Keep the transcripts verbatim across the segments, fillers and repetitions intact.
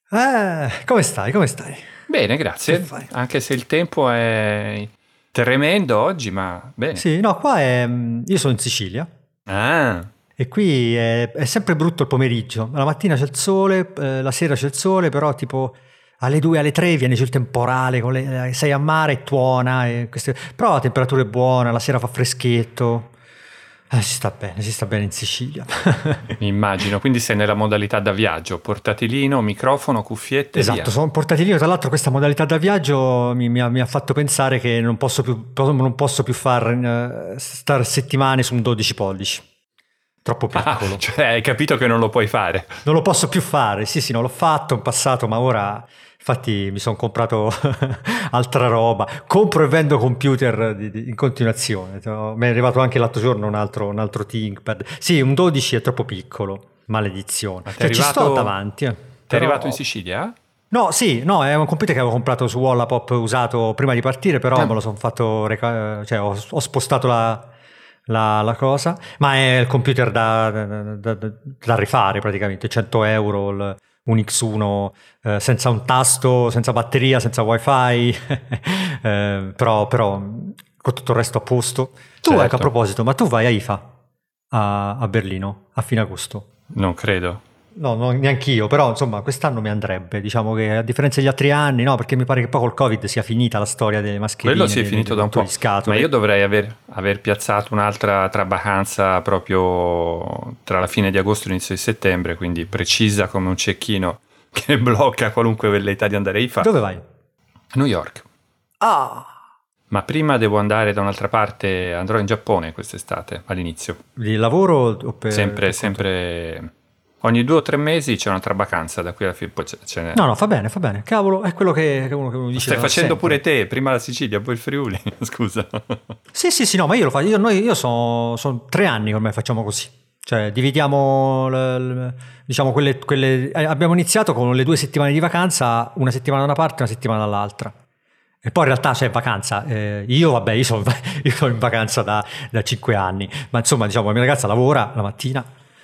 Eh, come stai? Come stai? Bene, Che grazie. fai? Anche se il tempo è tremendo oggi, ma bene. Sì, no, qua è... mm, io sono in Sicilia Ah, e qui è, è sempre brutto il pomeriggio. La mattina c'è il sole, eh, la sera c'è il sole, però tipo alle due, alle tre viene giù il temporale, con le- sei a mare e tuona, e queste- però la temperatura è buona, la sera fa freschetto. Eh, si sta bene, si sta bene in Sicilia. mi immagino. Quindi sei nella modalità da viaggio, portatilino, microfono, cuffiette e Esatto, via. sono portatilino. Tra l'altro questa modalità da viaggio mi, mi ha, mi ha fatto pensare che non posso più, non posso più far eh, stare settimane su un dodici pollici. Troppo Ah, piccolo. cioè hai capito che non lo puoi fare. Non lo posso più fare. Sì, sì, non l'ho fatto in passato, ma ora infatti mi sono comprato altra roba. Compro e vendo computer di- di- in continuazione. Mi è arrivato anche l'altro giorno un altro, un altro ThinkPad. Sì, un dodici è troppo piccolo. Maledizione. Ma ti è Cioè, ci sto arrivato, davanti, eh. ti è arrivato in Però Sicilia? no, sì, no, è un computer che avevo comprato su Wallapop usato prima di partire, però Ah, me lo sono fatto, reca- cioè ho, ho spostato la, la- la cosa, ma è il computer da, da- da- da rifare praticamente, cento euro, il- un X uno eh, senza un tasto, senza batteria, senza wifi, eh, però, però con tutto il resto a posto. Tu, ecco, a certo, proposito, ma tu vai a I F A a, a Berlino a fine agosto? non credo. No, no, neanch'io, però insomma quest'anno mi andrebbe, diciamo che a differenza degli altri anni, no, perché mi pare che poi col Covid sia finita la storia delle Quello mascherine, si è dei, dei, finito dei da un rottori po', di ma io scatole. dovrei aver, aver piazzato un'altra trabacanza proprio tra la fine di agosto e l'inizio di settembre, quindi precisa come un cecchino che blocca qualunque velleità di andare a I F A. Dove vai? New York. Ah, Ma prima devo andare da un'altra parte, andrò in Giappone quest'estate, all'inizio. di lavoro o per, Sempre, per conto? sempre... Ogni due o tre mesi c'è un'altra vacanza, da qui alla fine poi ce ce n'è. No, no, fa bene, fa bene. Cavolo, è quello che, che uno, che uno Lo dice stai da facendo sempre. pure te, prima la Sicilia, poi il Friuli, scusa. Sì, sì, sì, no, ma io lo faccio, io, noi, io sono, sono tre anni che ormai facciamo così. Cioè, dividiamo, le- le- diciamo, quelle, quelle... eh, abbiamo iniziato con le due settimane di vacanza, una settimana da una parte e una settimana dall'altra. E poi in realtà c'è vacanza. Eh, io, vabbè, io sono, io sono in vacanza da, da cinque anni, ma insomma, diciamo, la mia ragazza lavora la mattina.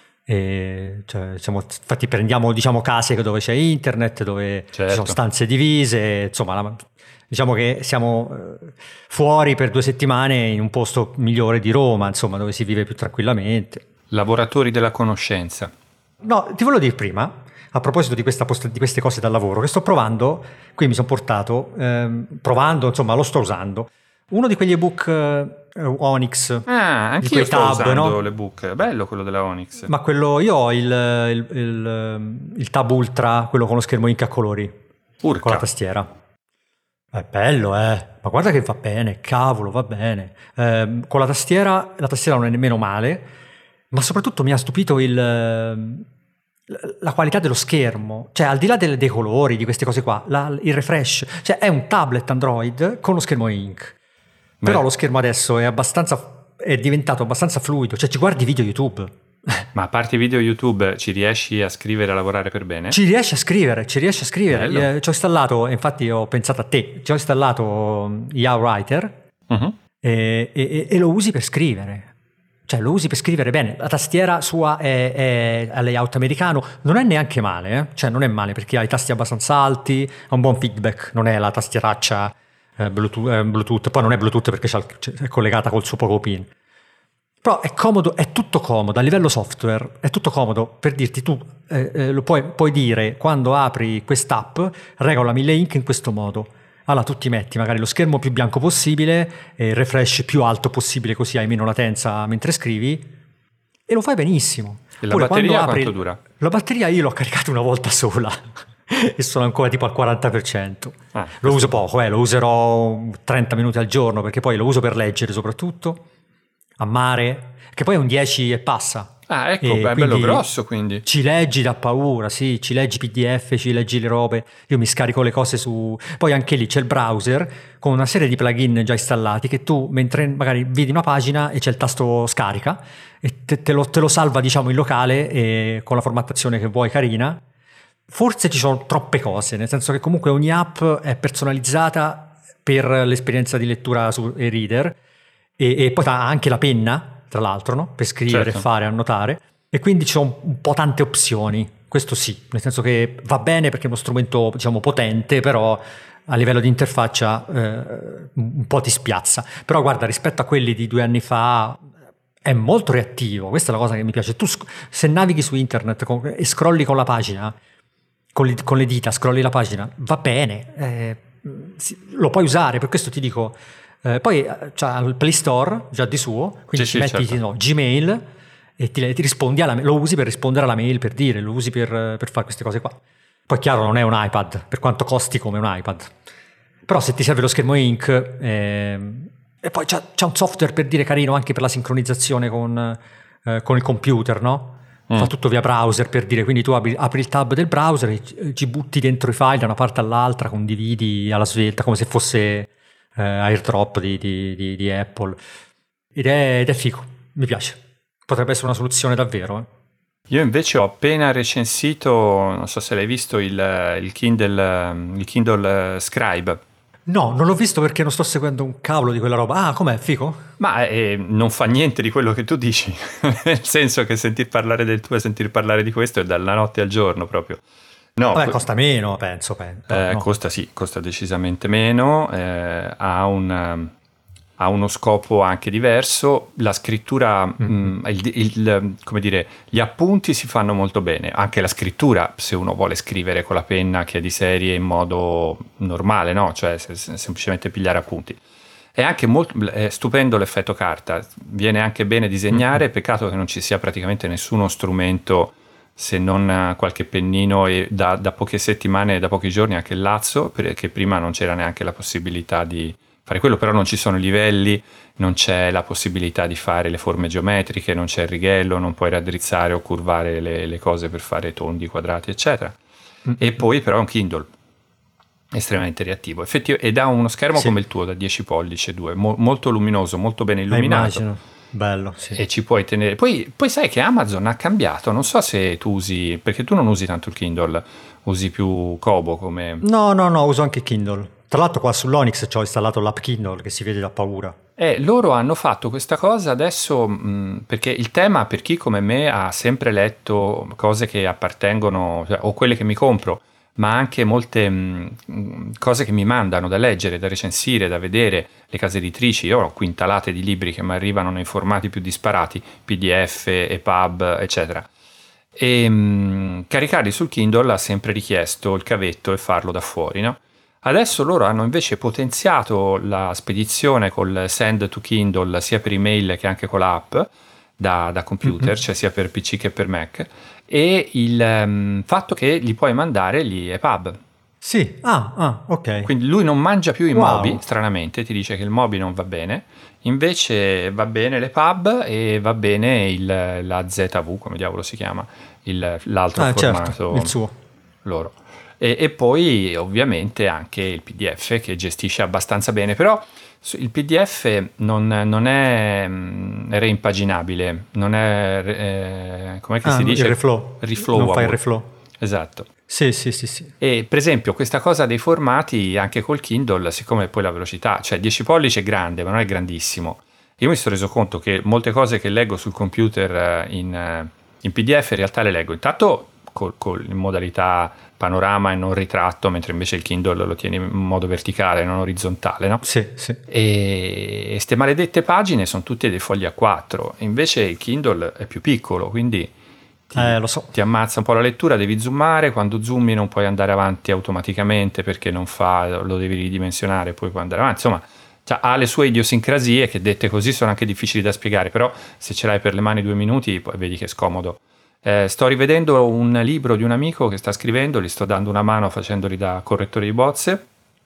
E cioè, diciamo, infatti prendiamo diciamo, case dove c'è internet, dove ci sono Certo. stanze divise, insomma, la- diciamo che siamo eh, fuori per due settimane in un posto migliore di Roma, insomma, dove si vive più tranquillamente. Lavoratori della conoscenza. No, ti volevo dire prima, a proposito di, questa post- di queste cose dal lavoro, che sto provando, qui mi sono portato, ehm, provando, insomma, lo sto usando, uno di quegli ebook eh, Onyx, Ah, di anch'io quei sto tab, usando no? l'ebook. È bello quello della Onyx. Ma quello, io ho il, il, il, il Tab Ultra, quello con lo schermo Inca a colori, con la Urca. tastiera. È bello, eh. Ma guarda che va bene, cavolo, va bene. Ehm, con la tastiera, la tastiera non è nemmeno male, ma soprattutto mi ha stupito il, ehm, la qualità dello schermo. Cioè, al di là del- dei colori, di queste cose qua, la- il refresh. Cioè, è un tablet Android con lo schermo Ink. Però Beh, lo schermo adesso è abbastanza, è diventato abbastanza fluido. Cioè, ci guardi video YouTube. ma a parte i video YouTube, ci riesci a scrivere e a lavorare per bene? Ci riesci a scrivere, ci riesci a scrivere. Bello. Eh, ci ho installato, infatti ho pensato a te, ci ho installato mm, Yahoo Writer Mhm. e, e- e lo usi per scrivere. Cioè lo usi per scrivere bene. La tastiera sua è, è a layout americano, non è neanche male, eh? Cioè non è male perché ha i tasti abbastanza alti, ha un buon feedback, non è la tastieraccia eh, Bluetooth, eh, Bluetooth, poi non è Bluetooth perché c'ha il- c'è- è collegata col suo poco pin. Però è comodo, è tutto comodo, a livello software è tutto comodo per dirti tu eh, eh, lo puoi, puoi dire quando apri quest'app regolami le ink in questo modo. Allora tu ti metti magari lo schermo più bianco possibile e il refresh più alto possibile così hai meno latenza mentre scrivi e lo fai benissimo. E la Pure quando batteria apri quanto dura? la batteria io l'ho caricata una volta sola e sono ancora tipo al quaranta per cento. Ah, Lo uso questo- poco, eh, lo userò trenta minuti al giorno perché poi lo uso per leggere soprattutto a mare, che poi è un dieci e passa. Ah, ecco, E beh, è bello quindi grosso quindi. ci leggi da paura, sì, ci leggi P D F, ci leggi le robe. Io mi scarico le cose su. Poi anche lì c'è il browser con una serie di plugin già installati che tu, mentre magari vedi una pagina e c'è il tasto scarica e te, te lo, te lo salva, diciamo, in locale e con la formattazione che vuoi carina. Forse ci sono troppe cose, nel senso che comunque ogni app è personalizzata per l'esperienza di lettura su e-reader e, e poi ha anche la penna, tra l'altro, no? Per scrivere, Certo. fare, annotare. E quindi ci sono un po' tante opzioni. questo sì, nel senso che va bene perché è uno strumento, diciamo, potente, però a livello di interfaccia eh, un po' ti spiazza. Però guarda, rispetto a quelli di due anni fa è molto reattivo, questa è la cosa che mi piace. Tu se navighi su internet con, e scrolli con la pagina, con le, con le dita scrolli la pagina, va bene, eh, lo puoi usare, per questo ti dico. Eh, poi c'ha il Play Store già di suo, quindi sì, ci sì, metti certo. no, Gmail e ti, ti rispondi alla, lo usi per rispondere alla mail, per dire, lo usi per, per fare queste cose qua. Poi chiaro non è un iPad, per quanto costi come un iPad, però se ti serve lo schermo Ink eh, e poi c'ha, c'ha un software per dire carino anche per la sincronizzazione con, eh, con il computer, no? Mm. Fa tutto via browser, per dire, quindi tu apri, apri il tab del browser e ci butti dentro i file da una parte all'altra, condividi alla svelta come se fosse Uh, AirDrop di, di, di, di Apple, ed è, ed è figo, mi piace, potrebbe essere una soluzione davvero. eh. Io invece ho appena recensito, non so se l'hai visto, il, il Kindle il Kindle Scribe. No, non l'ho visto perché non sto seguendo un cavolo di quella roba. Ah, com'è? Figo? Ma eh, non fa niente di quello che tu dici, nel senso che sentir parlare del tuo e sentir parlare di questo è dalla notte al giorno proprio. No, Vabbè, costa meno, penso. penso eh, no. Costa sì, costa decisamente meno, eh, ha, un, ha uno scopo anche diverso. La scrittura, mm-hmm. mh, il, il, come dire, gli appunti si fanno molto bene. Anche la scrittura, se uno vuole scrivere con la penna che è di serie in modo normale, no? Cioè se, se, semplicemente pigliare appunti. È anche molto è stupendo l'effetto carta, viene anche bene disegnare, mm-hmm. Peccato che non ci sia praticamente nessuno strumento, se non qualche pennino, e da, da poche settimane, da pochi giorni anche il lazzo, perché prima non c'era neanche la possibilità di fare quello, però non ci sono livelli, non c'è la possibilità di fare le forme geometriche, non c'è il righello, non puoi raddrizzare o curvare le, le cose per fare tondi, quadrati, eccetera. Mm-hmm. E poi però è un Kindle estremamente reattivo, effettiv- ed ha uno schermo sì. come il tuo da dieci pollici due, mo- molto luminoso, molto bene illuminato. Eh, immagino. Bello, sì. E ci puoi tenere. Poi, poi sai che Amazon ha cambiato, non so se tu usi, perché tu non usi tanto il Kindle, usi più Kobo come... No, no, no, uso anche Kindle. Tra l'altro qua sull'Onyx ci ho installato l'app Kindle che si vede da paura. Eh, loro hanno fatto questa cosa adesso, mh, perché il tema, per chi come me ha sempre letto cose che appartengono, cioè, o quelle che mi compro, ma anche molte mh, cose che mi mandano da leggere, da recensire, da vedere, le case editrici. Io ho quintalate di libri che mi arrivano nei formati più disparati, P D F, E P U B, eccetera. E mh, caricarli sul Kindle ha sempre richiesto il cavetto e farlo da fuori, no? Adesso loro hanno invece potenziato la spedizione col Send to Kindle sia per email che anche con l'app da, da computer, mm-hmm. cioè sia per P C che per Mac, e il um, fatto che gli puoi mandare gli E P U B. Sì, ah, ah, ok. Quindi lui non mangia più i wow. Mobi, stranamente, ti dice che il Mobi non va bene, invece va bene l'E P U B e va bene il, la Z V, come diavolo si chiama, il, l'altro ah, formato certo, il suo. Loro. E, e poi ovviamente anche il P D F che gestisce abbastanza bene, però il P D F non, non è mh, reimpaginabile, non è, eh, com'è che ah, si dice? Il reflow. Reflowable. Non fa il reflow. Esatto. Sì, sì, sì, sì. E per esempio questa cosa dei formati, anche col Kindle, siccome poi la velocità, cioè dieci pollici è grande, ma non è grandissimo. Io mi sono reso conto che molte cose che leggo sul computer in, in P D F in realtà le leggo intanto col, col, in modalità panorama e non ritratto, mentre invece il Kindle lo tiene in modo verticale, non orizzontale, no? Sì, sì. E queste maledette pagine sono tutte dei fogli A quattro, invece il Kindle è più piccolo, quindi ti, eh, lo so. ti ammazza un po' la lettura, devi zoomare, quando zoomi non puoi andare avanti automaticamente perché non fa, lo devi ridimensionare, poi puoi andare avanti, insomma, cioè, ha le sue idiosincrasie che dette così sono anche difficili da spiegare, però se ce l'hai per le mani due minuti poi vedi che è scomodo. Eh, sto rivedendo un libro di un amico che sta scrivendo, gli sto dando una mano facendoli da correttore di bozze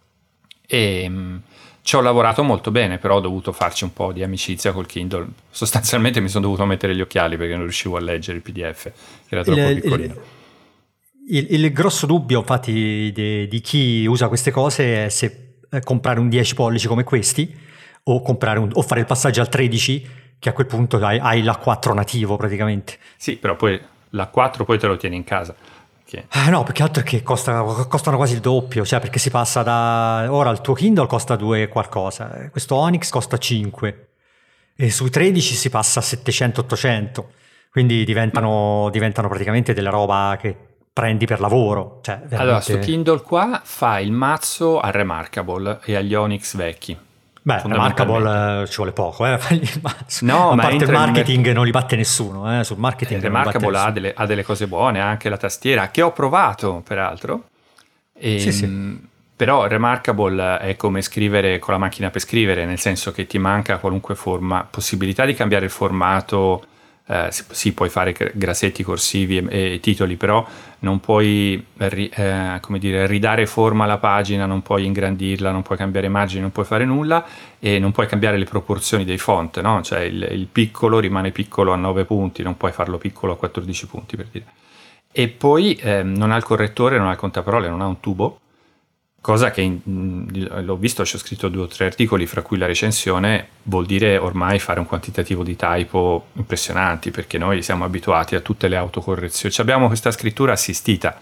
e mh, ci ho lavorato molto bene, però ho dovuto farci un po' di amicizia col Kindle. Sostanzialmente mi sono dovuto mettere gli occhiali perché non riuscivo a leggere il P D F, che era troppo il, piccolino. Il, il, il grosso dubbio infatti di, di chi usa queste cose è se comprare un dieci pollici come questi o, comprare un, o fare il passaggio al tredici, che a quel punto hai, hai l'A quattro nativo praticamente. Sì, però poi l'A quattro poi te lo tieni in casa. Che... Eh no, perché altro è che costa, costano quasi il doppio, cioè perché si passa da... Ora il tuo Kindle costa due qualcosa, questo Onyx costa cinque e sui tredici si passa a settecento ottocento, quindi diventano, Ma... diventano praticamente della roba che prendi per lavoro. Cioè, veramente... Allora, sto Kindle qua fa il mazzo al Remarkable e agli Onyx vecchi. Beh, Remarkable eh, ci vuole poco, eh, fargli il mazzo. No, a ma parte il marketing mer- non li batte nessuno, eh, sul marketing il non li batte Remarkable ha nessuno. delle, ha delle cose buone, anche la tastiera, che ho provato peraltro. E, Sì, sì. mh, però Remarkable è come scrivere con la macchina per scrivere, nel senso che ti manca qualunque forma, possibilità di cambiare il formato. Eh, sì, sì, puoi fare grassetti corsivi e, e titoli, però non puoi ri, eh, come dire, ridare forma alla pagina, non puoi ingrandirla, non puoi cambiare margini, non puoi fare nulla e non puoi cambiare le proporzioni dei font, no? Cioè il, il piccolo rimane piccolo a nove punti, non puoi farlo piccolo a quattordici punti, per dire. E poi eh, non ha il correttore, non ha il contaparole, non ha un tubo, cosa che in, l'ho visto, ci ho scritto due o tre articoli, fra cui la recensione, vuol dire ormai fare un quantitativo di typo impressionanti, perché noi siamo abituati a tutte le autocorrezioni. Cioè abbiamo questa scrittura assistita,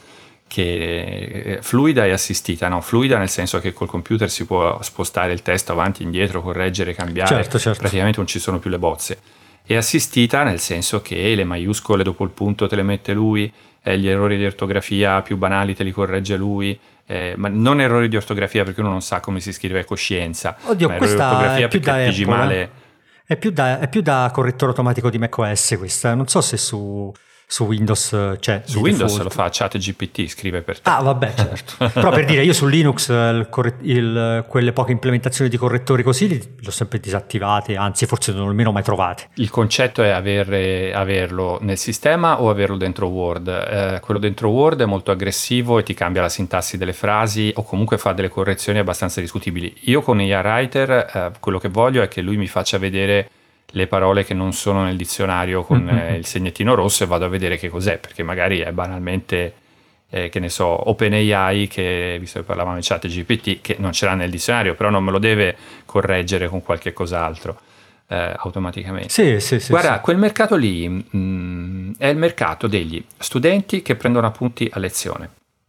che è fluida e assistita, no? Fluida nel senso che col computer si può spostare il testo avanti e indietro, correggere, cambiare, certo, certo. Praticamente non ci sono più le bozze. E assistita nel senso che le maiuscole dopo il punto te le mette lui, eh, gli errori di ortografia più banali te li corregge lui. Eh, ma non errori di ortografia perché uno non sa come si scrive a coscienza. Oddio, ma errori di questa ortografia è più perché da pigi Apple, male. eh. È più da, è più da correttore automatico di macOS questa. Non so se su, su Windows c'è. Su di Windows default. lo fa ChatGPT, scrive per te. Ah, vabbè, certo. Però per dire, io su Linux il corre- il, quelle poche implementazioni di correttori così li, li ho sempre disattivate, anzi forse non almeno mai trovate. Il concetto è avere, averlo nel sistema o averlo dentro Word. Eh, quello dentro Word è molto aggressivo e ti cambia la sintassi delle frasi o comunque fa delle correzioni abbastanza discutibili. Io con I A Writer eh, quello che voglio è che lui mi faccia vedere le parole che non sono nel dizionario con Mm-hmm. eh, il segnettino rosso e vado a vedere che cos'è, perché magari è banalmente, eh, che ne so, OpenAI, che visto che parlavamo di ChatGPT, che non ce l'ha nel dizionario, però non me lo deve correggere con qualche cos'altro eh, automaticamente. Sì, sì, sì. Guarda, sì. quel mercato lì mh, è il mercato degli studenti che prendono appunti a lezione.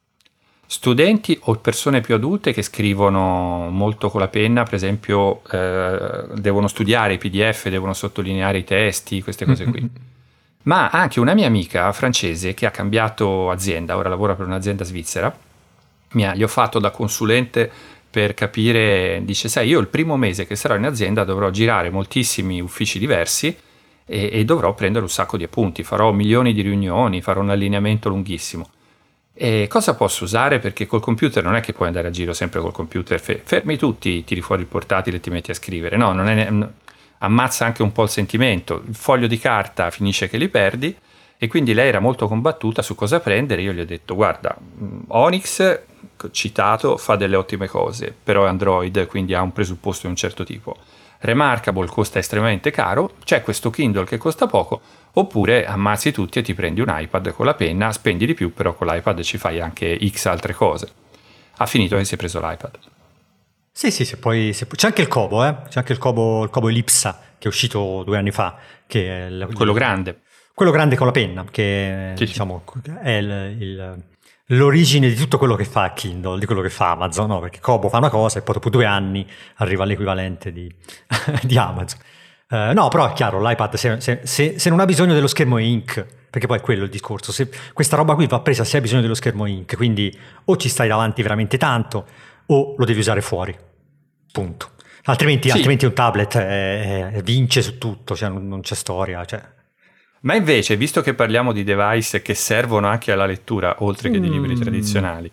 Studenti o persone più adulte che scrivono molto con la penna, per esempio eh, devono studiare i P D F, devono sottolineare i testi, queste cose qui. Ma anche una mia amica francese che ha cambiato azienda, ora lavora per un'azienda svizzera, mi ha, gli ho fatto da consulente per capire, dice sai io il primo mese che sarò in azienda dovrò girare moltissimi uffici diversi e, e dovrò prendere un sacco di appunti, farò milioni di riunioni, farò un allineamento lunghissimo. E cosa posso usare? Perché col computer non è che puoi andare a giro sempre col computer, fermi tutti, tiri fuori il portatile e ti metti a scrivere, no, non è, ammazza anche un po' il sentimento, il foglio di carta finisce che li perdi e quindi lei era molto combattuta su cosa prendere. Io gli ho detto guarda, Onyx citato fa delle ottime cose, però è Android, quindi ha un presupposto di un certo tipo. Remarkable costa estremamente caro, c'è questo Kindle che costa poco, oppure ammazzi tutti e ti prendi un iPad con la penna, spendi di più, però con l'iPad ci fai anche X altre cose. Ha finito che si è preso l'iPad. Sì, sì, sì, poi se, c'è anche il Kobo, eh? C'è anche il Kobo, il Kobo Ellipsa che è uscito due anni fa, che è il, quello grande. Quello grande con la penna, che sì, diciamo è il, il, l'origine di tutto quello che fa Kindle, di quello che fa Amazon, no? Perché Kobo fa una cosa e poi dopo due anni arriva all'equivalente di, di Amazon. Uh, no, però è chiaro, l'iPad se, se, se, se non ha bisogno dello schermo ink, perché poi è quello il discorso, se questa roba qui va presa se hai bisogno dello schermo ink, quindi o ci stai davanti veramente tanto o lo devi usare fuori, punto. Altrimenti, sì. altrimenti un tablet è, è, vince su tutto, cioè non, non c'è storia, cioè. Ma invece, visto che parliamo di device che servono anche alla lettura, oltre che di libri mm. tradizionali,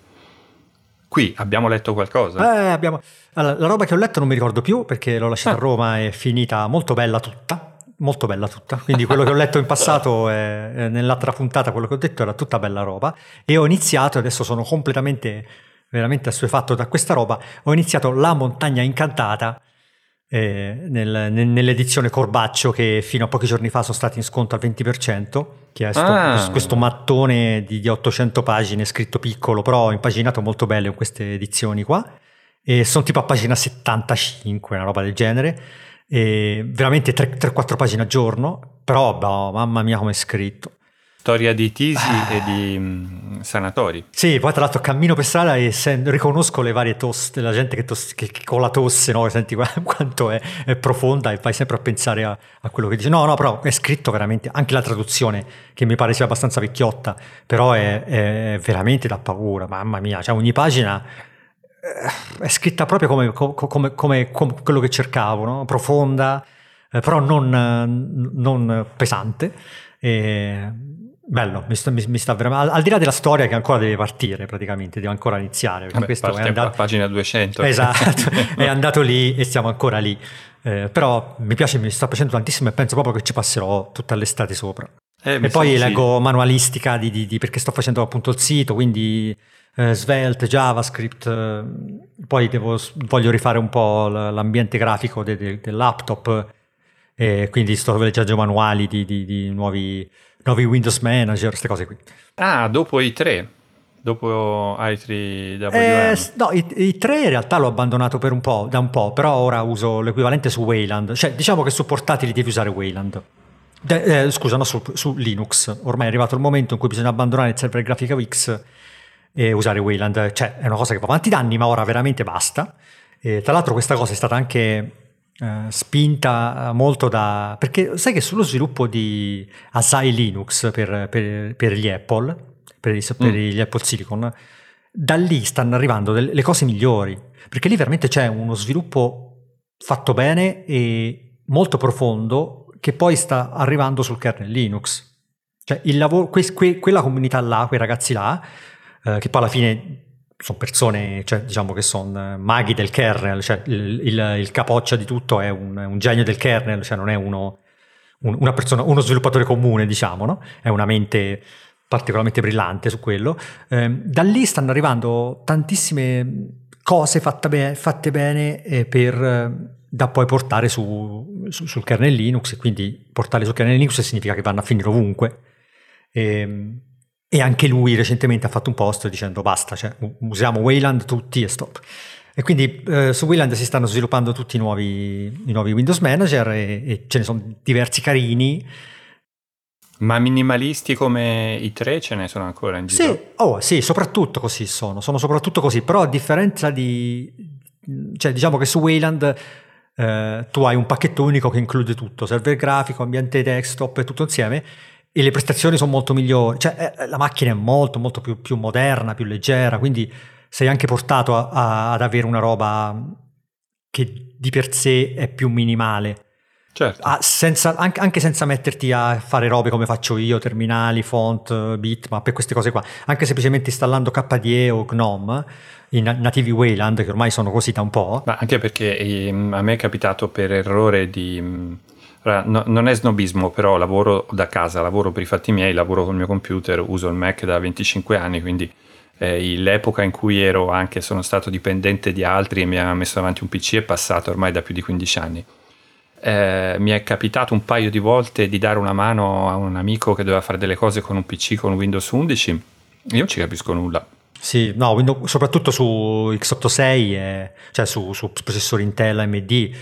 qui abbiamo letto qualcosa? Eh, abbiamo... Allora, la roba che ho letto non mi ricordo più perché l'ho lasciata ah. a Roma, è finita molto bella tutta, molto bella tutta, quindi quello che ho letto in passato, è, è nell'altra puntata quello che ho detto era tutta bella roba e ho iniziato, adesso sono completamente, veramente assuefatto da questa roba, ho iniziato La Montagna Incantata, Eh, nel, nell'edizione Corbaccio che fino a pochi giorni fa sono stati in sconto al venti per cento, che è sto, ah. questo mattone di, di ottocento pagine scritto piccolo però impaginato molto bello in queste edizioni qua e sono tipo a pagina settantacinque, una roba del genere, e veramente tre quattro pagine al giorno, però boh, mamma mia come è scritto. Storia di tisi ah. e di mh, sanatori. Sì, poi tra l'altro cammino per strada e sen- riconosco le varie tosse, la gente che, tos- che, che con la tosse, no? Senti quanto è, è profonda e vai sempre a pensare a, a quello che dice. No, no, però è scritto veramente, anche la traduzione, che mi pare sia abbastanza vecchiotta, però è, è veramente da paura, mamma mia, cioè ogni pagina è scritta proprio come, come, come, come quello che cercavo, no? Profonda, eh, però non, non pesante. E bello, mi sta, mi, mi sta veramente, al, al di là della storia che ancora deve partire praticamente, deve ancora iniziare. Vabbè, questo è andato a pagina duecento. Esatto, è andato lì e siamo ancora lì. Eh, però mi piace, mi sta piacendo tantissimo e penso proprio che ci passerò tutta l'estate sopra. Eh, e poi leggo sì. manualistica di, di, di, perché sto facendo appunto il sito, quindi eh, Svelte, JavaScript, eh, poi devo, voglio rifare un po' l'ambiente grafico de, de, del laptop, e quindi sto leggendo manuali di, di, di nuovi, nuovi Windows Manager, queste cose qui. Ah, dopo i tre, dopo i tre W M. Eh, no, i, i tre in realtà l'ho abbandonato per un po', da un po', però ora uso l'equivalente su Wayland, cioè diciamo che su portatili devi usare Wayland. De, eh, scusa, no, su, su Linux. Ormai è arrivato il momento in cui bisogna abbandonare il server grafica Wix e usare Wayland, cioè è una cosa che va avanti da anni, ma ora veramente basta. E, tra l'altro questa cosa è stata anche Uh, spinta molto da, perché sai che sullo sviluppo di Asahi Linux per, per, per gli Apple, per, i, per mm. gli Apple Silicon, da lì stanno arrivando delle, le cose migliori, perché lì veramente c'è uno sviluppo fatto bene e molto profondo che poi sta arrivando sul kernel Linux, cioè il lavoro, que, que, quella comunità là, quei ragazzi là, uh, che poi alla fine sono persone, cioè, diciamo che sono maghi del kernel, cioè il, il, il capoccia di tutto è un, un genio del kernel, cioè non è uno, un, una persona, uno sviluppatore comune, diciamo, no? È una mente particolarmente brillante su quello. Eh, da lì stanno arrivando tantissime cose fatte, be- fatte bene eh, per eh, da poi portare su, su, sul kernel Linux, e quindi portarle sul kernel Linux significa che vanno a finire ovunque. E, E anche lui recentemente ha fatto un post dicendo basta, cioè usiamo Wayland tutti e stop. E quindi eh, su Wayland si stanno sviluppando tutti i nuovi, i nuovi Windows Manager e, e ce ne sono diversi carini. Ma minimalisti come i tre ce ne sono ancora in giro? Sì, oh, sì, soprattutto così sono, sono soprattutto così, però a differenza di, cioè diciamo che su Wayland eh, tu hai un pacchetto unico che include tutto, server grafico, ambiente desktop e tutto insieme, e le prestazioni sono molto migliori, cioè eh, la macchina è molto molto più, più moderna, più leggera, quindi sei anche portato a, a, ad avere una roba che di per sé è più minimale. Certo. Ah, senza, anche, anche senza metterti a fare robe come faccio io, terminali, font, bitmap e queste cose qua, anche semplicemente installando K D E o GNOME in nativi Wayland, che ormai sono così da un po'. Ma anche perché eh, a me è capitato per errore di... No, non è snobismo, però lavoro da casa, lavoro per i fatti miei, lavoro col mio computer, uso il Mac da venticinque anni, quindi eh, l'epoca in cui ero anche sono stato dipendente di altri e mi ha messo davanti un P C è passata ormai da più di quindici anni. Eh, mi è capitato un paio di volte di dare una mano a un amico che doveva fare delle cose con un P C con Windows undici, io non ci capisco nulla. Sì, no, Windows, soprattutto su x ottantasei, eh, cioè su, su processori Intel A M D,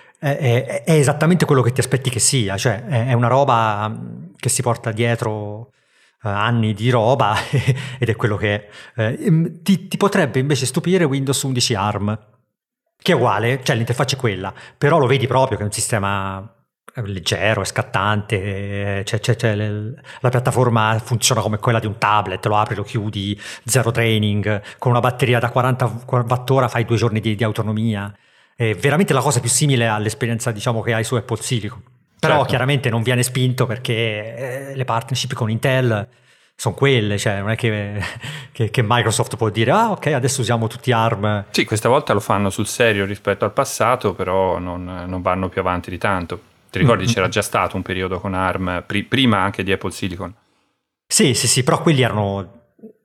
È, è esattamente quello che ti aspetti che sia, cioè è una roba che si porta dietro uh, anni di roba ed è quello che è. Eh, ti, ti potrebbe invece stupire Windows undici ARM, che è uguale, cioè l'interfaccia è quella, però lo vedi proprio che è un sistema leggero, è scattante, cioè, cioè, cioè, la piattaforma funziona come quella di un tablet, lo apri, lo chiudi, zero training, con una batteria da quaranta watt fai due giorni di, di autonomia. È veramente la cosa più simile all'esperienza, diciamo, che hai su Apple Silicon, però certo. Chiaramente non viene spinto perché le partnership con Intel sono quelle, cioè non è che, che, che Microsoft può dire ah ok adesso usiamo tutti ARM. Sì, questa volta lo fanno sul serio rispetto al passato, però non, non vanno più avanti di tanto. Ti ricordi mm-hmm. c'era già stato un periodo con ARM pri- prima anche di Apple Silicon? Sì sì sì, però quelli erano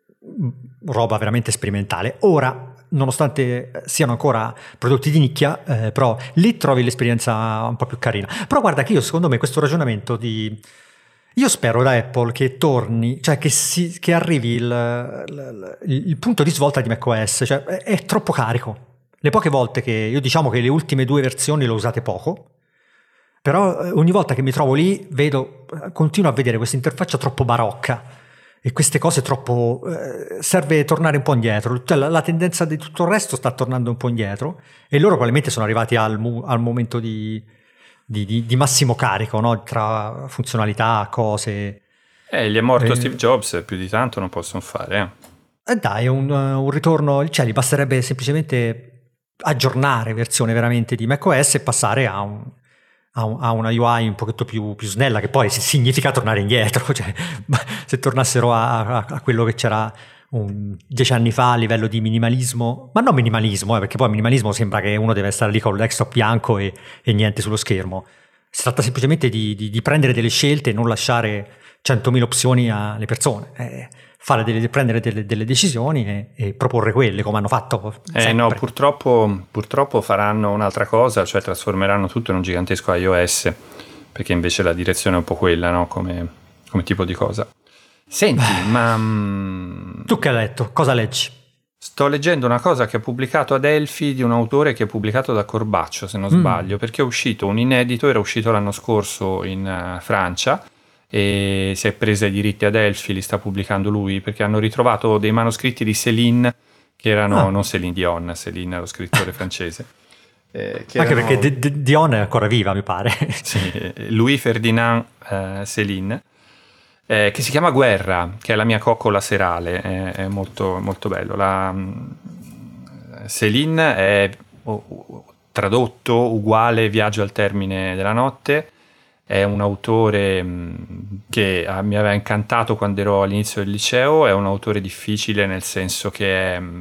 roba veramente sperimentale. Ora, nonostante siano ancora prodotti di nicchia, eh, però lì trovi l'esperienza un po' più carina. Però guarda che io, secondo me, questo ragionamento di... Io spero da Apple che torni, cioè che, si, che arrivi il, il, il punto di svolta di macOS, cioè è, è troppo carico. Le poche volte che... Io diciamo che le ultime due versioni le ho usate poco, Però eh, ogni volta che mi trovo lì vedo, continuo a vedere questa interfaccia troppo barocca e queste cose troppo... Eh, serve tornare un po' indietro, cioè, la, la tendenza di tutto il resto sta tornando un po' indietro e loro probabilmente sono arrivati al, mu- al momento di, di, di, di massimo carico, no? Tra funzionalità, cose... Eh, gli è morto eh, Steve Jobs, più di tanto non possono fare. Eh. E dai, un, un ritorno, cioè gli basterebbe semplicemente aggiornare versione veramente di macOS e passare a un... ha una U I un pochetto più, più snella, che poi significa tornare indietro, cioè se tornassero a, a, a quello che c'era un, dieci anni fa a livello di minimalismo, ma non minimalismo, eh, perché poi minimalismo sembra che uno deve stare lì con il desktop bianco e, e niente sullo schermo. Si tratta semplicemente di, di, di prendere delle scelte e non lasciare centomila opzioni alle persone, eh, fare delle, prendere delle, delle decisioni e, e proporre quelle come hanno fatto sempre. Eh no, purtroppo, purtroppo faranno un'altra cosa, cioè trasformeranno tutto in un gigantesco iOS, perché invece la direzione è un po' quella, no? Come, come tipo di cosa. Senti, Beh, ma... Tu che hai letto? Cosa leggi? Sto leggendo una cosa che ha pubblicato Adelphi di un autore che è pubblicato da Corbaccio, se non sbaglio, mm. perché è uscito un inedito, era uscito l'anno scorso in uh, Francia, e si è presa i diritti ad Adelphi, li sta pubblicando lui, perché hanno ritrovato dei manoscritti di Céline, che erano, ah. non Céline Dion, Céline è lo scrittore francese. Eh, che Anche erano, perché D- D- Dion è ancora viva, mi pare. Sì, Louis Ferdinand eh, Céline, eh, che si chiama Guerra, che è la mia coccola serale, è, è molto, molto bello. La, Céline è oh, tradotto uguale Viaggio al termine della notte. È un autore che mi aveva incantato quando ero all'inizio del liceo, è un autore difficile nel senso che è,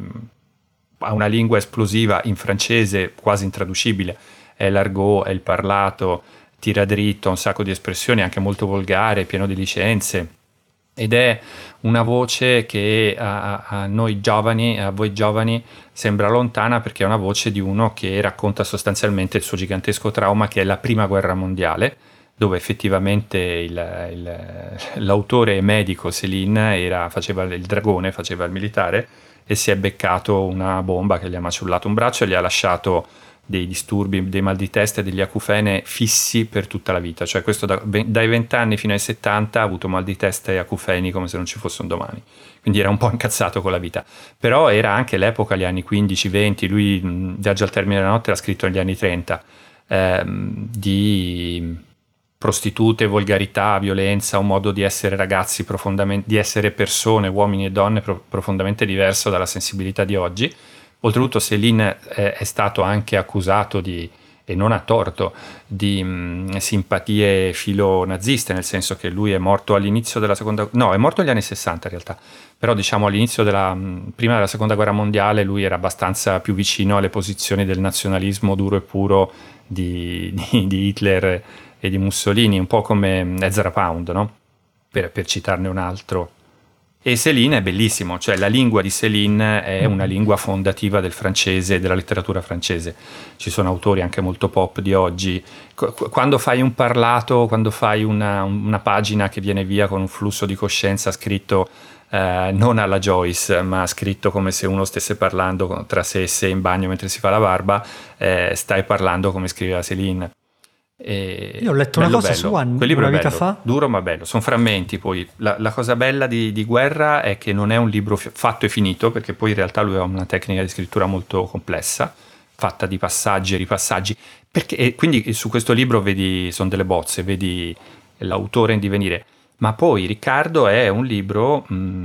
ha una lingua esplosiva in francese quasi intraducibile, è l'argot, è il parlato, tira dritto, ha un sacco di espressioni, anche molto volgare, pieno di licenze, ed è una voce che a, a noi giovani, a voi giovani, sembra lontana, perché è una voce di uno che racconta sostanzialmente il suo gigantesco trauma, che è la prima guerra mondiale, dove effettivamente il, il, l'autore medico Céline era, faceva il dragone, faceva il militare, e si è beccato una bomba che gli ha macellato un braccio e gli ha lasciato dei disturbi, dei mal di testa e degli acufene fissi per tutta la vita. Cioè questo da, dai venti anni fino ai settanta ha avuto mal di testa e acufeni come se non ci fosse un domani. Quindi era un po' incazzato con la vita. Però era anche l'epoca, gli anni quindici venti, lui Viaggio al termine della notte l'ha scritto negli anni trenta, ehm, di... prostitute, volgarità, violenza, un modo di essere ragazzi profondamente, di essere persone, uomini e donne pro- profondamente diverso dalla sensibilità di oggi. Oltretutto Céline è, è stato anche accusato di, e non a torto, di mh, simpatie filo-naziste, nel senso che lui è morto all'inizio della seconda, no, è morto negli anni sessanta in realtà, però diciamo all'inizio della, mh, prima della seconda guerra mondiale lui era abbastanza più vicino alle posizioni del nazionalismo duro e puro di, di, di Hitler e di Mussolini, un po' come Ezra Pound, no? Per, per citarne un altro. E Céline è bellissimo, cioè la lingua di Céline è una lingua fondativa del francese e della letteratura francese. Ci sono autori anche molto pop di oggi. Quando fai un parlato, quando fai una, una pagina che viene via con un flusso di coscienza scritto eh, non alla Joyce, ma scritto come se uno stesse parlando tra sé e sé in bagno mentre si fa la barba, eh, stai parlando come scriveva Céline. E io ho letto bello, una cosa bello. sua Quel libro una è vita bello, fa, duro ma bello, sono frammenti. Poi la, la cosa bella di, di Guerra è che non è un libro f- fatto e finito, perché poi in realtà lui ha una tecnica di scrittura molto complessa, fatta di passaggi e ripassaggi, perché, e quindi su questo libro vedi, sono delle bozze, vedi l'autore in divenire, ma poi Riccardo è un libro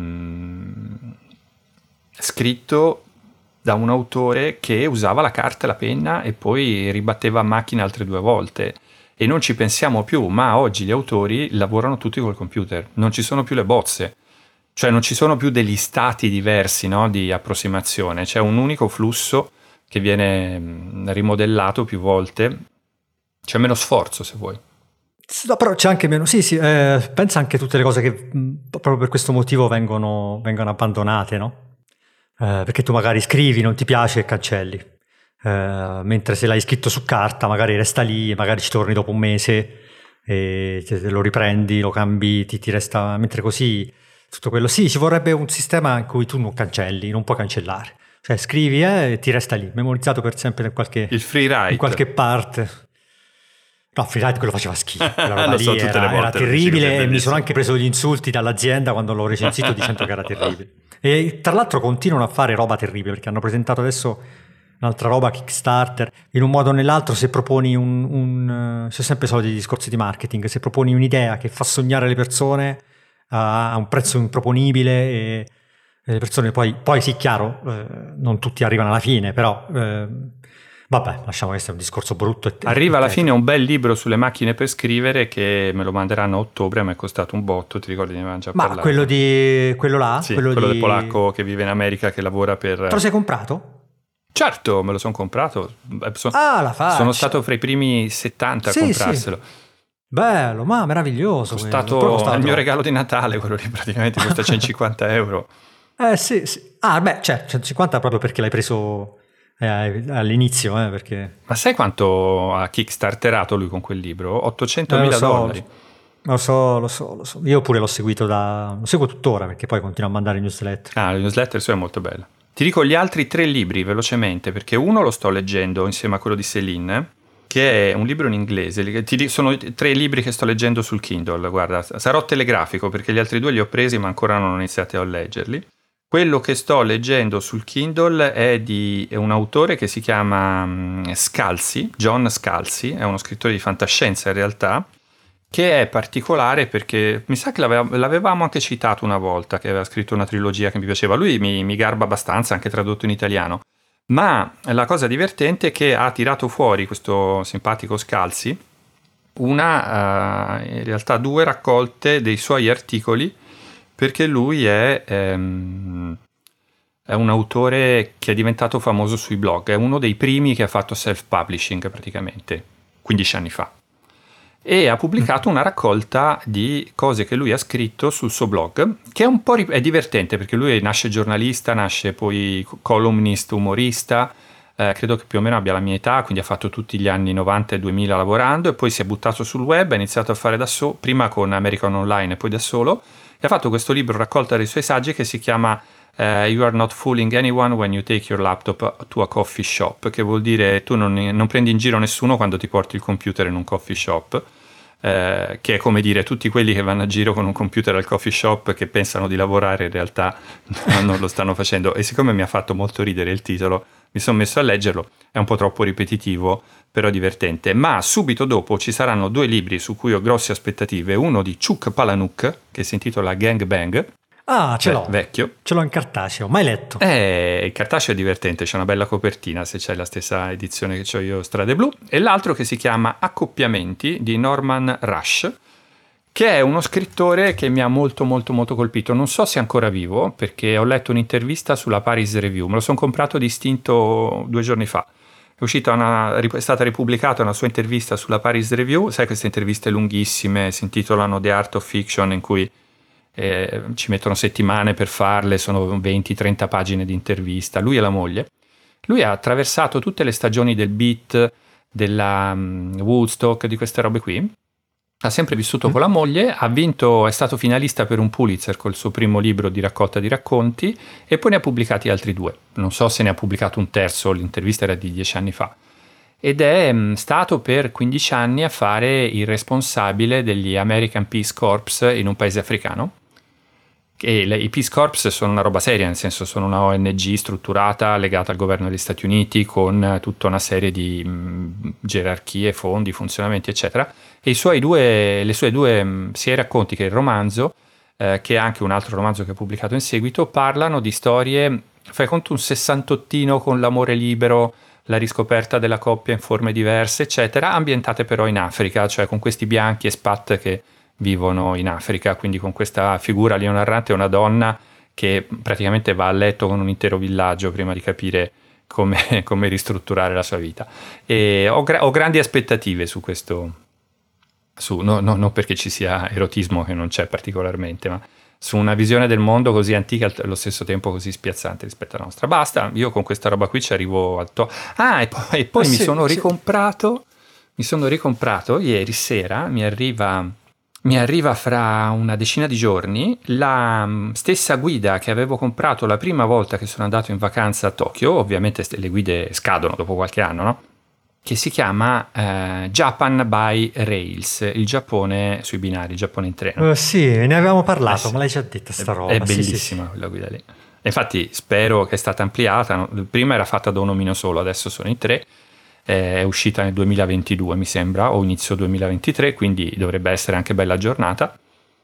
mh, scritto da un autore che usava la carta e la penna e poi ribatteva a macchina altre due volte. E non ci pensiamo più, ma oggi gli autori lavorano tutti col computer, non ci sono più le bozze, cioè non ci sono più degli stati diversi, no, di approssimazione, c'è un unico flusso che viene rimodellato più volte, c'è meno sforzo se vuoi. No, però c'è anche meno, sì sì, eh, pensa anche a tutte le cose che mh, proprio per questo motivo vengono, vengono abbandonate, no? Eh, perché tu magari scrivi, non ti piace e cancelli. Uh, mentre se l'hai scritto su carta magari resta lì, magari ci torni dopo un mese e lo riprendi, lo cambi, ti, ti resta, mentre così tutto quello, sì, ci vorrebbe un sistema in cui tu non cancelli, non puoi cancellare, cioè scrivi eh, e ti resta lì, memorizzato per sempre in qualche, il free write, in qualche parte. No, Freeride quello faceva schifo, quella roba Lo lì so, tutte le era, volte era lo dico, terribile che è e mi sono bellissimo. anche preso gli insulti dall'azienda quando l'ho recensito dicendo che era terribile. E tra l'altro continuano a fare roba terribile perché hanno presentato adesso un'altra roba Kickstarter. In un modo o nell'altro, se proponi un, un c'è sempre i soliti discorsi di marketing, se proponi un'idea che fa sognare le persone a, a un prezzo improponibile e, e le persone poi, poi sì, chiaro, eh, non tutti arrivano alla fine, però... Eh, vabbè, lasciamo, questo è un discorso brutto. E Arriva alla e fine un bel libro sulle macchine per scrivere che me lo manderanno a ottobre, mi è costato un botto, ti ricordi, ne avevamo già Ma parlato. quello di quello là? Sì, quello, quello di... del polacco che vive in America, che lavora per... Te lo sei comprato? Certo, me lo sono comprato. So- Ah, la faccia. Sono stato fra i primi settanta Sì, a comprarselo. sì. Bello, ma meraviglioso. È quello. Però costato costava il mio troppo. regalo di Natale, quello lì praticamente costa centocinquanta euro. Eh sì, sì. Ah, beh, cioè, centocinquanta proprio perché l'hai preso eh, all'inizio, eh, perché... Ma sai quanto ha kickstarterato lui con quel libro? ottocentomila Eh, lo so, dollari. Lo so, lo so, lo so. Io pure l'ho seguito da... Lo seguo tuttora perché poi continua a mandare newsletter. Ah, la newsletter sua è molto bella. Ti dico gli altri tre libri velocemente, perché uno lo sto leggendo insieme a quello di Céline, che è un libro in inglese. Ti dico, sono tre libri che sto leggendo sul Kindle, guarda, sarò telegrafico perché gli altri due li ho presi ma ancora non ho iniziato a leggerli. Quello che sto leggendo sul Kindle è di è un autore che si chiama um, Scalzi, John Scalzi, è uno scrittore di fantascienza in realtà, che è particolare perché mi sa che l'aveva, l'avevamo anche citato una volta, che aveva scritto una trilogia che mi piaceva. Lui mi, mi garba abbastanza, anche tradotto in italiano. Ma la cosa divertente è che ha tirato fuori questo simpatico Scalzi una, uh, in realtà due raccolte dei suoi articoli, perché lui è, ehm, è un autore che è diventato famoso sui blog, è uno dei primi che ha fatto self-publishing praticamente, quindici anni fa. E ha pubblicato una raccolta di cose che lui ha scritto sul suo blog, che è un po' ri- è divertente perché lui nasce giornalista, nasce poi columnist, umorista, eh, credo che più o meno abbia la mia età, quindi ha fatto tutti gli anni novanta e duemila lavorando e poi si è buttato sul web, ha iniziato a fare da solo, prima con American Online e poi da solo, e ha fatto questo libro raccolta dei suoi saggi che si chiama uh, You are not fooling anyone when you take your laptop to a coffee shop, che vuol dire tu non, non prendi in giro nessuno quando ti porti il computer in un coffee shop. Eh, che è come dire tutti quelli che vanno a giro con un computer al coffee shop che pensano di lavorare in realtà non lo stanno facendo. E siccome mi ha fatto molto ridere il titolo mi sono messo a leggerlo, è un po' troppo ripetitivo però divertente. Ma subito dopo ci saranno due libri su cui ho grosse aspettative, uno di Chuck Palahniuk che si intitola Gang Bang. Ah, ce Beh, l'ho. vecchio. Ce l'ho in cartaceo, mai letto. Eh, il cartaceo è divertente, c'è una bella copertina se c'è la stessa edizione che ho io, Strade Blu. E l'altro che si chiama Accoppiamenti di Norman Rush, che è uno scrittore che mi ha molto molto molto colpito. Non so se è ancora vivo, perché ho letto un'intervista sulla Paris Review, me lo sono comprato distinto due giorni fa. È uscita una, è stata ripubblicata una sua intervista sulla Paris Review, sai queste interviste lunghissime, si intitolano The Art of Fiction, in cui Eh, ci mettono settimane per farle, sono venti trenta pagine di intervista. Lui e la moglie. Lui ha attraversato tutte le stagioni del beat, della um, Woodstock, di queste robe qui. Ha sempre vissuto mm. con la moglie, ha vinto, è stato finalista per un Pulitzer col suo primo libro di raccolta di racconti e poi ne ha pubblicati altri due. Non so se ne ha pubblicato un terzo, l'intervista era di dieci anni fa. Ed è um, stato per quindici anni a fare il responsabile degli American Peace Corps in un paese africano. E le, i Peace Corps sono una roba seria, nel senso sono una O N G strutturata legata al governo degli Stati Uniti con tutta una serie di mh, gerarchie, fondi, funzionamenti eccetera, e i suoi due, le sue due mh, sia i racconti che il romanzo, eh, che è anche un altro romanzo che ha pubblicato in seguito, parlano di storie, fai conto un sessantottino con l'amore libero, la riscoperta della coppia in forme diverse eccetera, ambientate però in Africa, cioè con questi bianchi espat che vivono in Africa, quindi con questa figura Leo narrante, una donna che praticamente va a letto con un intero villaggio prima di capire come, come ristrutturare la sua vita. E ho, gra- ho grandi aspettative su questo, su, no, no, non perché ci sia erotismo, che non c'è particolarmente, ma su una visione del mondo così antica e allo stesso tempo così spiazzante rispetto alla nostra. Basta, io con questa roba qui ci arrivo al to- Ah, e poi, e poi ah, mi sì, sono sì. ricomprato, mi sono ricomprato ieri sera, mi arriva... Mi arriva fra una decina di giorni la stessa guida che avevo comprato la prima volta che sono andato in vacanza a Tokyo. Ovviamente le guide scadono dopo qualche anno, no? che si chiama uh, Japan by Rails, il Giappone sui binari, il Giappone in treno. Uh, sì, ne avevamo parlato, eh sì. ma l'hai già detta sta è, roba. È bellissima sì, sì. quella guida lì. Infatti spero che è stata ampliata, no? Prima era fatta da un omino solo, adesso sono in tre, eh, è uscita nel duemilaventidue mi sembra, o inizio duemilaventitré, quindi dovrebbe essere anche bella aggiornata.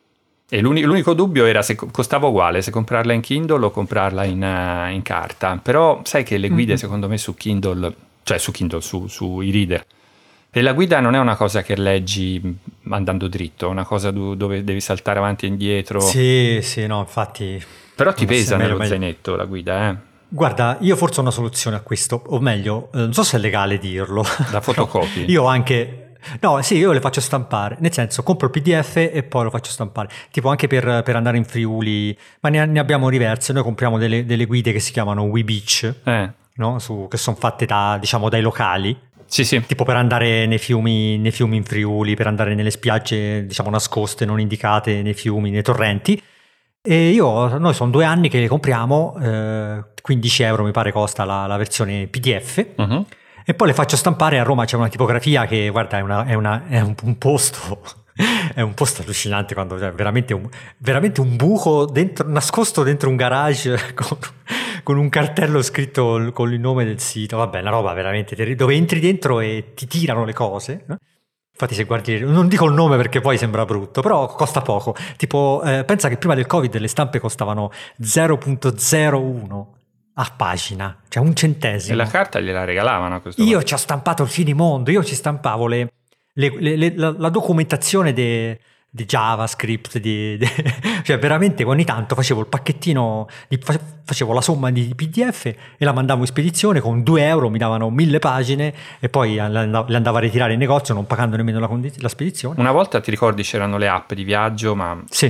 E l'uni- l'unico dubbio era se costava uguale, se comprarla in Kindle o comprarla in, uh, in carta, però sai che le guide mm-hmm. secondo me su Kindle, cioè su Kindle, su, su i reader, e la guida non è una cosa che leggi andando dritto, è una cosa dove devi saltare avanti e indietro. Sì, sì, no, infatti... Però ti pesa meglio, nello meglio. zainetto la guida, eh? Guarda, io forse ho una soluzione a questo, o meglio, eh, non so se è legale dirlo. La fotocopi? Io ho anche... No, sì, io le faccio stampare, nel senso compro il P D F e poi lo faccio stampare, tipo anche per, per andare in Friuli, ma ne, ne abbiamo diverse, noi compriamo delle, delle guide che si chiamano WeBeach, eh. no? Su, che sono fatte da, diciamo, dai locali. Sì, sì. Tipo per andare nei fiumi, nei fiumi in Friuli, per andare nelle spiagge, diciamo, nascoste, non indicate, nei fiumi, nei torrenti. E io, noi sono due anni che le compriamo, eh, quindici euro mi pare costa la, la versione P D F, uh-huh. E poi le faccio stampare. A Roma c'è una tipografia che, guarda, è, una, è, una, è un, un posto... È un posto allucinante, quando cioè, veramente, un, veramente un buco dentro, nascosto dentro un garage con, con un cartello scritto con il nome del sito. Vabbè, una roba veramente terribile, dove entri dentro e ti tirano le cose. No? Infatti se guardi, non dico il nome perché poi sembra brutto, però costa poco. Tipo, eh, pensa che prima del Covid le stampe costavano zero virgola zero uno a pagina, cioè un centesimo. E la carta gliela regalavano a questo Io punto. ci ho stampato il finimondo, io ci stampavo le... Le, le, le, la, la documentazione di JavaScript, di, de, cioè veramente ogni tanto facevo il pacchettino, di, facevo la somma di P D F e la mandavo in spedizione, con due euro mi davano mille pagine e poi le andavo a ritirare in negozio non pagando nemmeno la, la spedizione. Una volta ti ricordi c'erano le app di viaggio, ma... Sì,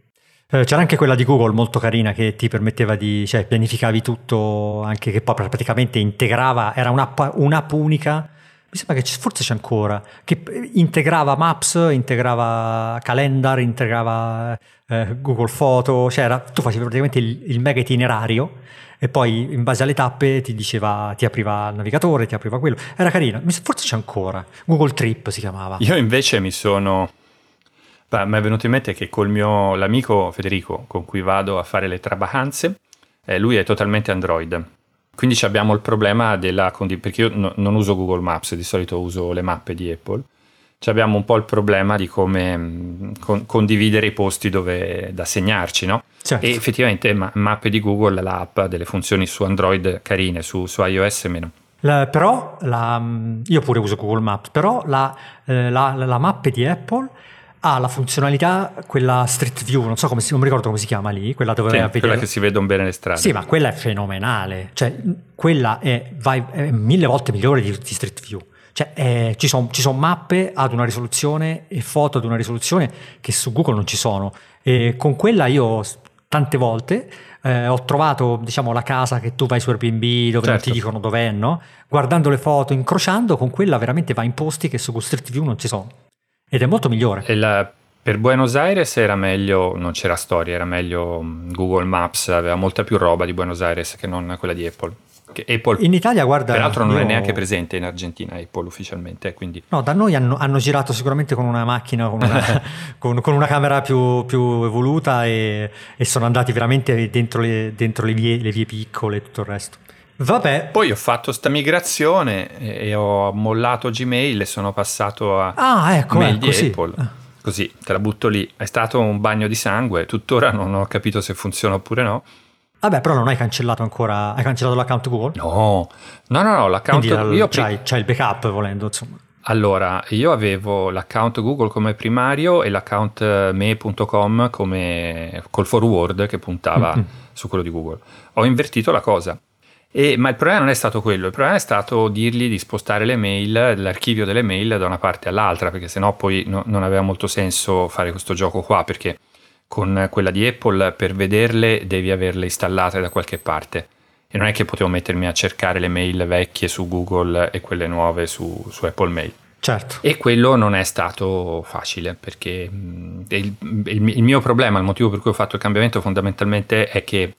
eh, c'era anche quella di Google molto carina che ti permetteva di, cioè pianificavi tutto, anche che poi praticamente integrava, era un'app, un'app unica. Mi sembra che forse c'è ancora, che integrava Maps, integrava Calendar, integrava eh, Google Foto, cioè era, tu facevi praticamente il, il mega itinerario e poi in base alle tappe ti diceva, ti apriva il navigatore, ti apriva quello, era carina, forse c'è ancora, Google Trip si chiamava. Io invece mi sono, beh, mi è venuto in mente che col mio l'amico Federico con cui vado a fare le trabajanze, eh, lui è totalmente Android. Quindi abbiamo il problema della condiv- perché io no, non uso Google Maps, di solito uso le mappe di Apple. Ci abbiamo un po' il problema di come mh, con- condividere i posti dove da segnarci, no? Certo. E effettivamente ma- mappe di Google, l'app ha delle funzioni su Android carine, su, su iOS meno. La, però la, io pure uso Google Maps, però la, eh, la, la, la mappe di Apple ha la funzionalità, quella Street View, non so come si, non mi ricordo come si chiama lì, quella dove sì, vai a vedere. Quella che si vedono bene le strade. Sì, ma quella è fenomenale, cioè quella è, vai, è mille volte migliore di, di Street View. Cioè è, ci sono ci son mappe ad una risoluzione e foto ad una risoluzione che su Google non ci sono. E con quella io tante volte eh, ho trovato, diciamo, la casa che tu vai su Airbnb dove certo. non ti dicono dov'è, no? Guardando le foto, incrociando, con quella veramente vai in posti che su Google Street View non ci sono. Ed è molto migliore. E la, per Buenos Aires era meglio, non c'era storia, era meglio Google Maps, aveva molta più roba di Buenos Aires che non quella di Apple. Che Apple in Italia, guarda, peraltro non io... è neanche presente in Argentina Apple ufficialmente, quindi... No, da noi hanno, hanno girato sicuramente con una macchina, con una, con, con una camera più, più evoluta e, e sono andati veramente dentro le, dentro le vie, le vie piccole e tutto il resto. Vabbè. Poi ho fatto sta migrazione e, e ho mollato Gmail e sono passato a ah, ecco, mail ecco, di sì. Apple. Così, te la butto lì. È stato un bagno di sangue, tuttora non ho capito se funziona oppure no. Vabbè, però non hai cancellato ancora, hai cancellato l'account Google? No, no, no, no l'account Quindi io c'hai, pri- c'hai il backup volendo, insomma. Allora, io avevo l'account Google come primario e l'account me punto com come col forward che puntava mm-hmm. su quello di Google. Ho invertito la cosa. E, ma il problema non è stato quello, il problema è stato dirgli di spostare le mail, l'archivio delle mail da una parte all'altra, perché sennò poi no, non aveva molto senso fare questo gioco qua, perché con quella di Apple per vederle devi averle installate da qualche parte e non è che potevo mettermi a cercare le mail vecchie su Google e quelle nuove su, su Apple Mail. Certo. E quello non è stato facile, perché il, il, il mio problema, il motivo per cui ho fatto il cambiamento fondamentalmente è che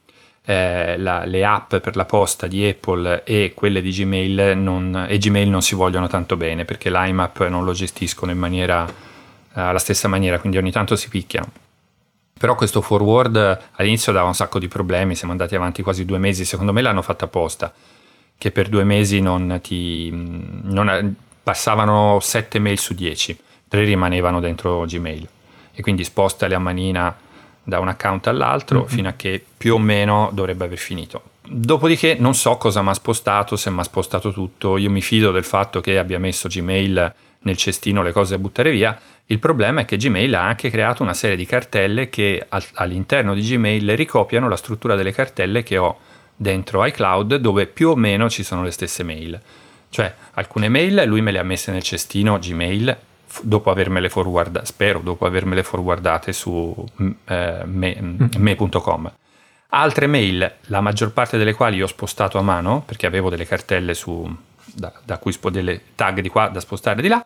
eh, la, le app per la posta di Apple e quelle di Gmail non, e Gmail non si vogliono tanto bene, perché l'IMAP non lo gestiscono in maniera eh, alla stessa maniera, quindi ogni tanto si picchiano. Però questo forward all'inizio dava un sacco di problemi, siamo andati avanti quasi due mesi, secondo me l'hanno fatta apposta, che per due mesi non ti non, passavano sette mail su dieci, tre rimanevano dentro Gmail, e quindi spostali a manina da un account all'altro, mm-hmm. fino a che più o meno dovrebbe aver finito. Dopodiché non so cosa mi ha spostato, se mi ha spostato tutto. Io mi fido del fatto che abbia messo Gmail nel cestino le cose da buttare via. Il problema è che Gmail ha anche creato una serie di cartelle che all'interno di Gmail ricopiano la struttura delle cartelle che ho dentro iCloud, dove più o meno ci sono le stesse mail. Cioè alcune mail lui me le ha messe nel cestino Gmail dopo avermele forwardate, spero dopo avermele forwardate su eh, me punto com. Altre mail, la maggior parte delle quali io ho spostato a mano, perché avevo delle cartelle su da, da cui spo, delle tag di qua da spostare di là,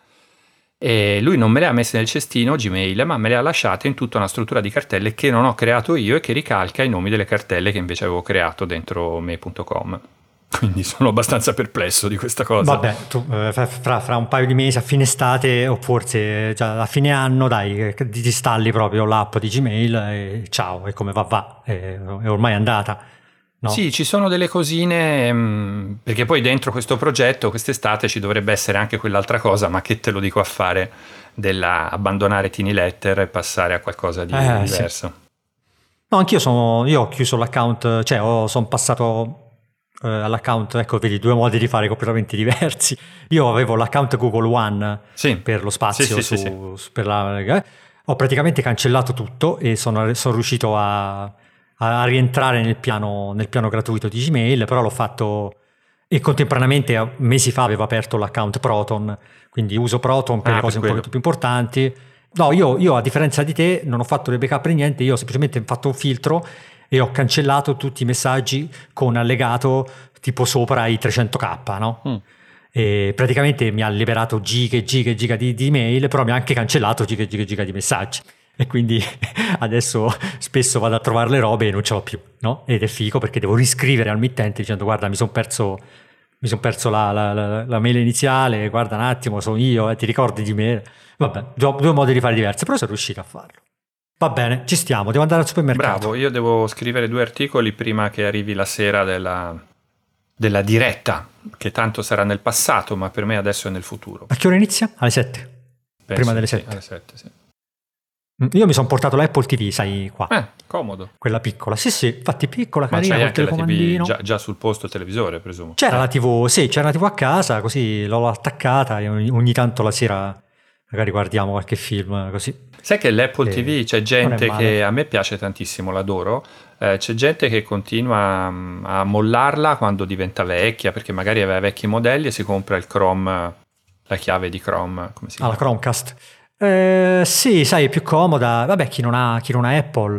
e lui non me le ha messe nel cestino Gmail, ma me le ha lasciate in tutta una struttura di cartelle che non ho creato io e che ricalca i nomi delle cartelle che invece avevo creato dentro me punto com. Quindi sono abbastanza perplesso di questa cosa. Vabbè, tu, eh, fra, fra un paio di mesi, a fine estate o forse già a fine anno, dai, ti installi proprio l'app di Gmail e ciao, e come va va, è, è ormai andata. No? Sì, ci sono delle cosine, mh, perché poi dentro questo progetto, quest'estate, ci dovrebbe essere anche quell'altra cosa, ma che te lo dico a fare, della abbandonare TinyLetter e passare a qualcosa di eh, diverso. Sì. No, anch'io sono, io ho chiuso l'account, cioè ho, sono passato eh, all'account, ecco, vedi, due modi di fare completamente diversi. Io avevo l'account Google One sì. per lo spazio, sì, sì, su, sì, su, per la, eh, ho praticamente cancellato tutto e sono, sono riuscito a... a rientrare nel piano, nel piano gratuito di Gmail, però l'ho fatto e contemporaneamente mesi fa avevo aperto l'account Proton, quindi uso Proton per ah, le cose per un po' più importanti. No, io, io a differenza di te non ho fatto le backup né niente, io ho semplicemente fatto un filtro e ho cancellato tutti i messaggi con allegato tipo sopra i trecento K, no? Mm. E praticamente mi ha liberato giga e giga e giga di, di email, però mi ha anche cancellato giga e giga e giga di messaggi. E quindi adesso spesso vado a trovare le robe e non ce l'ho più, no? Ed è figo perché devo riscrivere al mittente dicendo guarda mi sono perso mi sono perso la, la, la, la mail iniziale, guarda un attimo sono io, eh, ti ricordi di me? Vabbè, due, due modi di fare diversi, però sono riuscito a farlo. Va bene, ci stiamo, devo andare al supermercato. Bravo, io devo scrivere due articoli prima che arrivi la sera della, della diretta, che tanto sarà nel passato, ma per me adesso è nel futuro. A che ora inizia? Alle sette? Penso prima delle sette? Sì, alle sette, sì. Io mi sono portato l'Apple ti vu, sai, qua. Eh, comodo. Quella piccola. Sì, sì, infatti piccola, ma carina, c'hai col anche la ti vu già, già sul posto televisore, presumo. C'era eh. la ti vu, sì, c'era la ti vu a casa, così l'ho attaccata e ogni, ogni tanto la sera magari guardiamo qualche film, così. Sai che l'Apple e ti vu c'è gente che a me piace tantissimo, l'adoro, eh, c'è gente che continua a, a mollarla quando diventa vecchia, perché magari aveva vecchi modelli e si compra il Chrome, la chiave di Chrome, come si chiama? Ah, la Chromecast. Eh, sì, sai, è più comoda. Vabbè, chi non ha, chi non ha Apple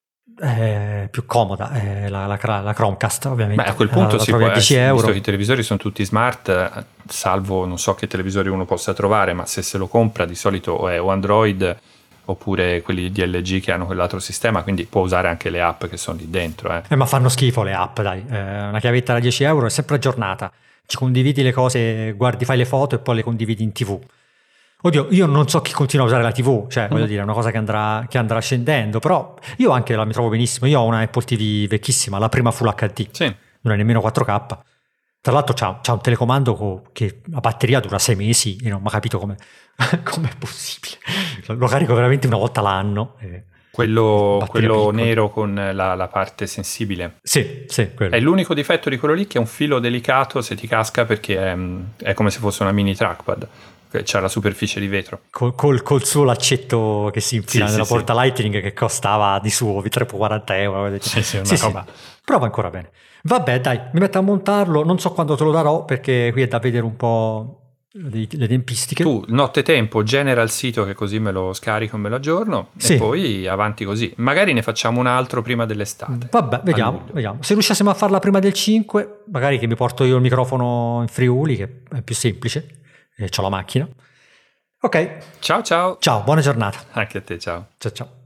è più comoda, è la, la, la Chromecast, ovviamente. Beh, a quel punto la, si la può, dieci eh, euro. Visto che i televisori sono tutti smart, salvo non so che televisori uno possa trovare, ma se se lo compra di solito è o Android oppure quelli di L G che hanno quell'altro sistema, quindi può usare anche le app che sono lì dentro. Eh, eh ma fanno schifo le app, dai. Eh, una chiavetta da dieci euro è sempre aggiornata. Ci condividi le cose, guardi, fai le foto e poi le condividi in ti vu. Oddio, io non so chi continua a usare la ti vu, cioè, voglio dire, è una cosa che andrà, che andrà scendendo, però io anche la mi trovo benissimo. Io ho una Apple ti vu vecchissima, la prima Full acca di, sì. Non è nemmeno quattro K. Tra l'altro c'ha, c'ha un telecomando co- che la batteria dura sei mesi e non ho mai capito come è possibile. Lo carico veramente una volta l'anno. E quello quello nero con la, la parte sensibile. Sì, sì, quello. È l'unico difetto di quello lì che è un filo delicato se ti casca, perché è, è come se fosse una mini trackpad. C'ha la superficie di vetro col, col, col suo laccetto che si infila sì, nella sì, porta sì. Lightning, che costava di suo trecentoquaranta euro. Sì, sì, una sì, roba. Sì. Prova ancora bene. Vabbè, dai, mi metto a montarlo. Non so quando te lo darò, perché qui è da vedere un po' le, le tempistiche. Tu nottetempo genera il sito, che così me lo scarico e me lo aggiorno, sì. E poi avanti così. Magari ne facciamo un altro prima dell'estate. Vabbè, vediamo, vediamo. Se riuscissimo a farla prima del cinque, magari che mi porto io il microfono in Friuli, che è più semplice, e c'ho la macchina. Ok. Ciao ciao. Ciao, buona giornata. Anche a te, ciao. Ciao ciao.